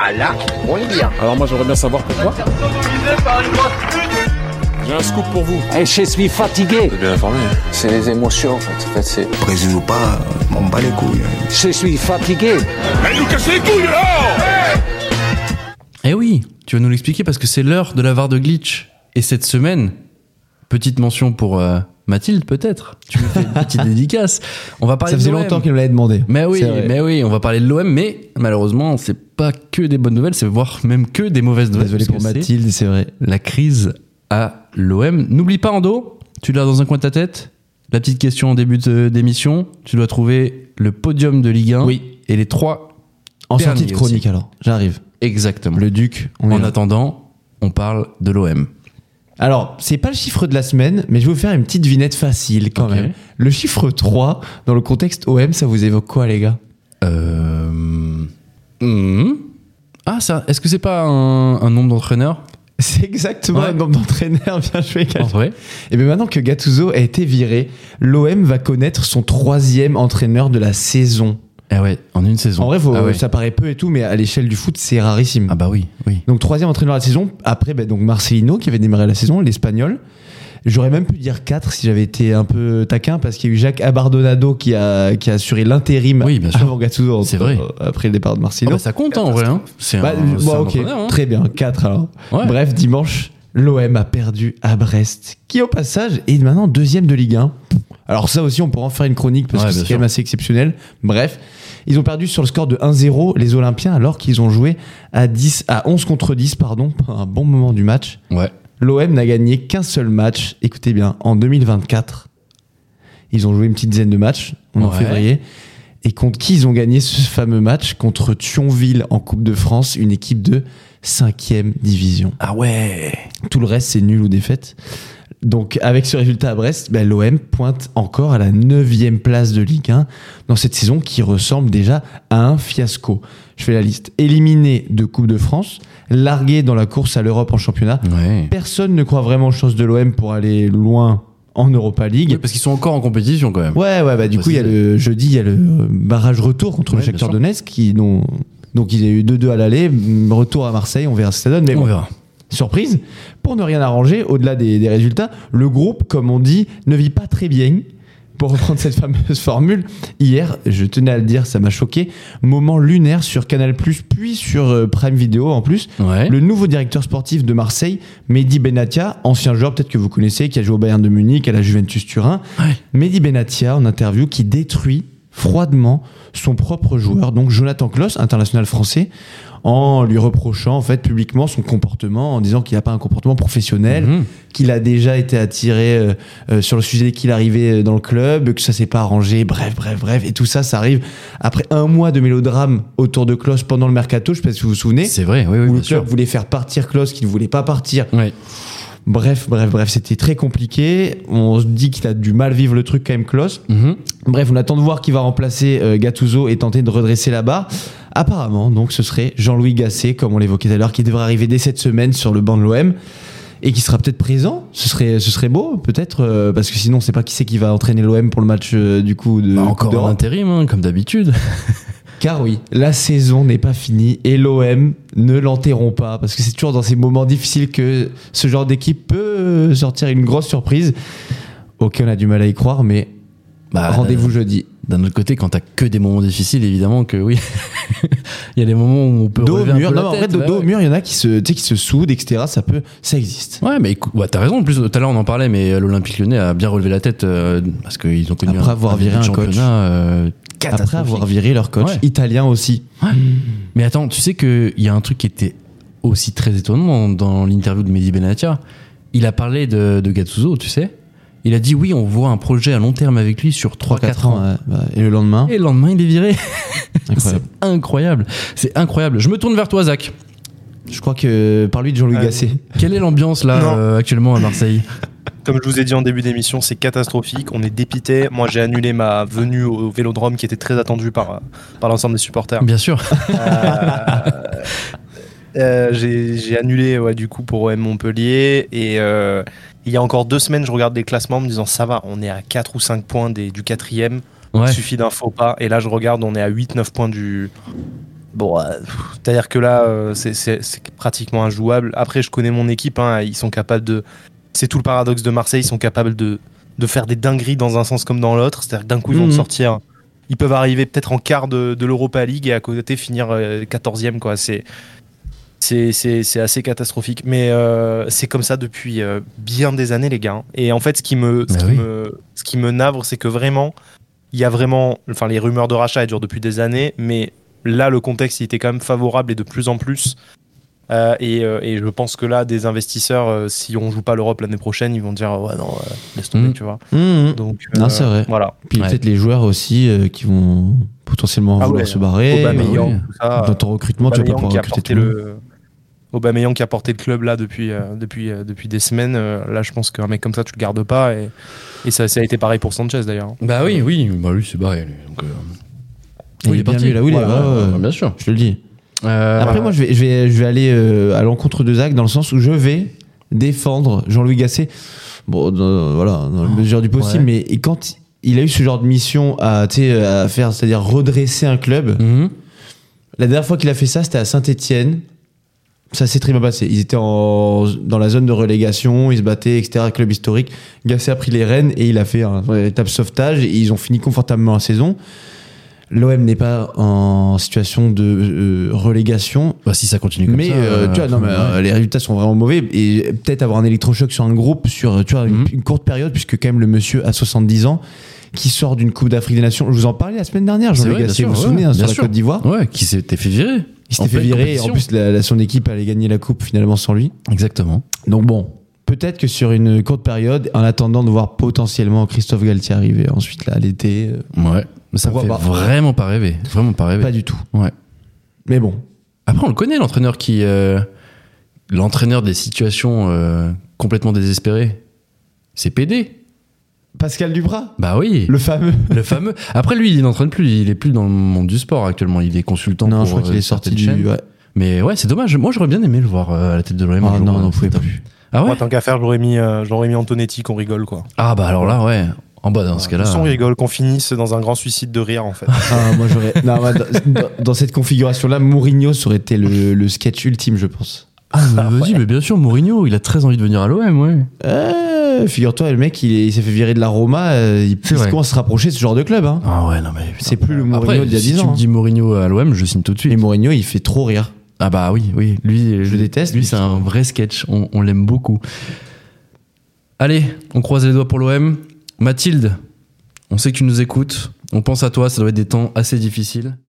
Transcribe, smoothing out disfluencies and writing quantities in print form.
Ah là, on est bien. Alors moi j'aimerais bien savoir pourquoi. J'ai un scoop pour vous. Et je suis fatigué. Vous êtes bien informé. C'est les émotions en fait. C'est... Brésil ou pas, m'en bats les couilles. Je suis fatigué. Elle nous casse les couilles là. Eh oui, tu vas nous l'expliquer parce que c'est l'heure de la VAR de glitch. Et cette semaine, petite mention pour Mathilde peut-être. Tu me fais une petite dédicace. On va parler Ça de faisait l'OM. longtemps qu'il me l'avait demandé. Mais oui, on va parler de l'OM, mais malheureusement, c'est pas que des bonnes nouvelles, c'est voire même que des mauvaises nouvelles. Désolé parce pour que Mathilde, c'est vrai. la crise à l'OM. N'oublie pas, Ando, tu l'as dans un coin de ta tête. La petite question en début d'émission. Tu dois trouver le podium de Ligue 1 et les 3 En sortie derniers de chronique aussi. alors, j'arrive. Exactement. Le Duc, on est En là. attendant, on parle de l'OM. Alors, c'est pas le chiffre de la semaine, mais je vais vous faire une petite devinette facile quand Ok. même. Le chiffre 3, dans le contexte OM, ça vous évoque quoi, les gars? Ah, ça, est-ce que c'est pas un nombre d'entraîneurs? C'est exactement Ouais. le nombre d'entraîneurs, bien joué, En vrai? Et bien maintenant que Gattuso a été viré, l'OM va connaître son 3e entraîneur de la saison. Eh ouais, en une saison. En vrai, Ah ouais. ça paraît peu et tout, mais à l'échelle du foot, c'est rarissime. Ah bah oui. Donc 3e entraîneur de la saison. Après, donc Marcelino qui avait démarré la saison, l'Espagnol. J'aurais même pu dire 4 si j'avais été un peu taquin, parce qu'il y a eu Jacques Abardonado qui a assuré l'intérim Oui, bien sûr. avant Gattuso, C'est vrai. après le départ de Ah Marcelino. bah ça compte en vrai. Hein. C'est Bah, c'est bon, un ok, entraîneur, hein. très bien, 4 alors. Ouais. Bref, dimanche, l'OM a perdu à Brest, qui au passage est maintenant 2e de Ligue 1. Alors ça aussi, on pourra en faire une chronique parce Ouais, que bien c'est sûr. quand même assez exceptionnel. Bref, ils ont perdu sur le score de 1-0 les Olympiens alors qu'ils ont joué à 11 contre 10 pendant un bon moment du match. Ouais. L'OM n'a gagné qu'un seul match, écoutez bien, en 2024. Ils ont joué une petite dizaine de matchs, en Ouais. février. Et contre qui ils ont gagné ce fameux match? Contre Thionville en Coupe de France, une équipe de 5e division. Ah ouais. Tout le reste, c'est nul ou défaite. Donc, avec ce résultat à Brest, l'OM pointe encore à la 9e place de Ligue 1 dans cette saison qui ressemble déjà à un fiasco. Je fais la liste. Éliminé de Coupe de France, largué dans la course à l'Europe en championnat. Ouais. Personne ne croit vraiment aux chances de l'OM pour aller loin en Europa League. Oui, parce qu'ils sont encore en compétition quand même. Ouais, du coup, il y a le jeudi, il y a le barrage retour contre le Ouais, bien Shakhtar sûr. Donetsk donc il y a eu 2-2 à l'aller, retour à Marseille, on verra ce que ça donne. Mais On bon, verra. surprise, pour ne rien arranger, au-delà des résultats, le groupe, comme on dit, ne vit pas très bien. Pour reprendre cette fameuse formule, hier, je tenais à le dire, ça m'a choqué, moment lunaire sur Canal+, puis sur Prime Video en plus, Ouais. le nouveau directeur sportif de Marseille, Mehdi Benatia, ancien joueur peut-être que vous connaissez, qui a joué au Bayern de Munich, à la Juventus Turin. Ouais. Mehdi Benatia, en interview, qui détruit froidement son propre joueur, donc Jonathan Klaus, international français, en lui reprochant en fait publiquement son comportement, en disant qu'il n'a pas un comportement professionnel, Mhm. qu'il a déjà été attiré sur le sujet dès qu'il arrivait dans le club, que ça s'est pas arrangé, bref, et tout ça, ça arrive après un mois de mélodrame autour de Klaus pendant le mercato, je sais pas si vous vous souvenez, C'est vrai, oui, où bien le sûr. club voulait faire partir Klaus, qui ne voulait pas partir. Ouais. Bref, c'était très compliqué. On se dit qu'il a du mal vivre le truc quand même, Klaus. Mhm. Bref, on attend de voir qui va remplacer Gattuso et tenter de redresser la barre. Apparemment, donc, ce serait Jean-Louis Gasset, comme on l'évoquait tout à l'heure, qui devrait arriver dès cette semaine sur le banc de l'OM et qui sera peut-être présent. Ce serait beau, peut-être, parce que sinon, on ne sait pas qui c'est qui va entraîner l'OM pour le match du coup de Bah, Coupe encore en d'Europe. intérim, hein, comme d'habitude. Car oui, la saison n'est pas finie et l'OM ne l'enterrons pas, parce que c'est toujours dans ces moments difficiles que ce genre d'équipe peut sortir une grosse surprise. Ok, on a du mal à y croire, mais Bah, rendez-vous jeudi. D'un autre côté, quand t'as que des moments difficiles, évidemment que oui. Il y a des moments où on peut Dos au relever un mur, peu la non, en tête, vrai, ouais, dos au ouais. mur, il y en a qui se soudent, etc. Ça existe. Ouais, mais écoute, ouais, t'as raison. En plus, tout à l'heure, on en parlait, mais l'Olympique Lyonnais a bien relevé la tête parce qu'ils ont connu Après avoir viré début de un coach. championnat Après catastrophique. avoir viré leur coach Ouais. italien aussi. Mais attends, tu sais qu'il y a un truc qui était aussi très étonnant dans l'interview de Mehdi Benatia. Il a parlé de Gattuso, tu sais. Il a dit oui, on voit un projet à long terme avec lui sur 3-4 ans. ouais. Bah, et le lendemain, Et le lendemain, il est viré. incroyable. C'est incroyable. C'est incroyable. Je me tourne vers toi, Zach. Je crois que par lui de Jean-Louis Gasset. Quelle est l'ambiance là Non. actuellement à Marseille? Comme je vous ai dit en début d'émission, c'est catastrophique. On est dépité. Moi, j'ai annulé ma venue au Vélodrome qui était très attendue par l'ensemble des supporters. Bien sûr. J'ai annulé du coup pour OM Montpellier et il y a encore 2 semaines, je regarde les classements en me disant ça va, on est à 4 ou 5 points du 4e. Ouais. Il suffit d'un faux pas. Et là, je regarde, on est à 8-9 points Bon, c'est-à-dire que là, c'est pratiquement injouable. Après, je connais mon équipe, hein, ils sont capables de. C'est tout le paradoxe de Marseille, ils sont capables de faire des dingueries dans un sens comme dans l'autre. C'est-à-dire que d'un coup, ils vont te sortir. Ils peuvent arriver peut-être en quart de l'Europa League et à côté finir 14e, quoi. C'est assez catastrophique. Mais c'est comme ça depuis bien des années, les gars. Et en fait, ce qui me navre, c'est que vraiment, il y a vraiment. Enfin, les rumeurs de rachat, elles durent depuis des années, mais. Là, le contexte il était quand même favorable et de plus en plus. Et je pense que là, des investisseurs, si on joue pas l'Europe l'année prochaine, ils vont dire ouais non, laisse tomber, tu vois. Donc non, c'est vrai. Voilà. Puis peut-être les joueurs aussi qui vont potentiellement vouloir se barrer. Aubameyang, tout ça. Dans ton recrutement, tu vas pas pouvoir recruter tout le monde. Aubameyang qui a porté le club là depuis des semaines. Là, je pense qu'un mec comme ça, tu le gardes pas. Et ça a été pareil pour Sanchez d'ailleurs. Bah oui, bah lui c'est barré. Donc, il est parti. Là où il est. Bien sûr. Je te le dis. Après, moi, je vais aller à l'encontre de Zach dans le sens où je vais défendre Jean-Louis Gasset. Bon, dans la mesure du possible, mais quand il a eu ce genre de mission à faire, c'est-à-dire redresser un club, la dernière fois qu'il a fait ça, c'était à Saint-Etienne. Ça s'est très bien passé. Ils étaient dans la zone de relégation, ils se battaient, etc. Club historique. Gasset a pris les rênes et il a fait un véritable sauvetage et ils ont fini confortablement la saison. L'OM n'est pas en situation de relégation. Bah, si ça continue comme ça. Tu vois, les résultats sont vraiment mauvais. Et peut-être avoir un électrochoc sur un groupe sur une courte période, puisque quand même le monsieur a 70 ans, qui sort d'une Coupe d'Afrique des Nations. Je vous en parlais la semaine dernière, Jean-Luc Gasset, vous vous souvenez, sur la Côte d'Ivoire. Ouais, qui s'était fait virer. Il s'était fait virer. Et en plus, son équipe allait gagner la Coupe finalement sans lui. Exactement. Donc bon, peut-être que sur une courte période, en attendant de voir potentiellement Christophe Galtier arriver ensuite là, à l'été. Ouais. Mais ça me fait vraiment pas rêver. Vraiment pas rêver. Pas du tout. Ouais. Mais bon. Après, on le connaît, l'entraîneur qui. L'entraîneur des situations complètement désespérées. C'est PD. Pascal Duprat. Bah oui. Le fameux. Le fameux. Après, lui, il n'entraîne plus. Il est plus dans le monde du sport actuellement. Il est consultant. Non, pour, je crois qu'il est sorti du. Ouais. Mais ouais, c'est dommage. Moi, j'aurais bien aimé le voir à la tête de l'OM. Ah non, on pouvait plus. Ah ouais. Moi, tant qu'à faire, j'aurais mis Antonetti qu'on rigole, quoi. Ah bah alors là, ouais. En bas, dans ce cas-là. On rigole, qu'on finisse dans un grand suicide de rire, en fait. Moi, j'aurais. Non, dans cette configuration-là, Mourinho, ça aurait été le sketch ultime, je pense. Ah, vas-y, mais bien sûr, Mourinho, il a très envie de venir à l'OM, ouais. Figure-toi, le mec, il s'est fait virer de la Roma, il commence à se rapprocher de ce genre de club. Hein. Ah ouais, non, mais. Putain, c'est plus le Mourinho d'il y a 10 ans. Si tu me dis Mourinho à l'OM, je signe tout de suite. Et Mourinho, il fait trop rire. Ah bah oui. Lui, je le déteste. Lui, c'est un vrai sketch. On l'aime beaucoup. Allez, on croise les doigts pour l'OM. Mathilde, on sait que tu nous écoutes. On pense à toi, ça doit être des temps assez difficiles.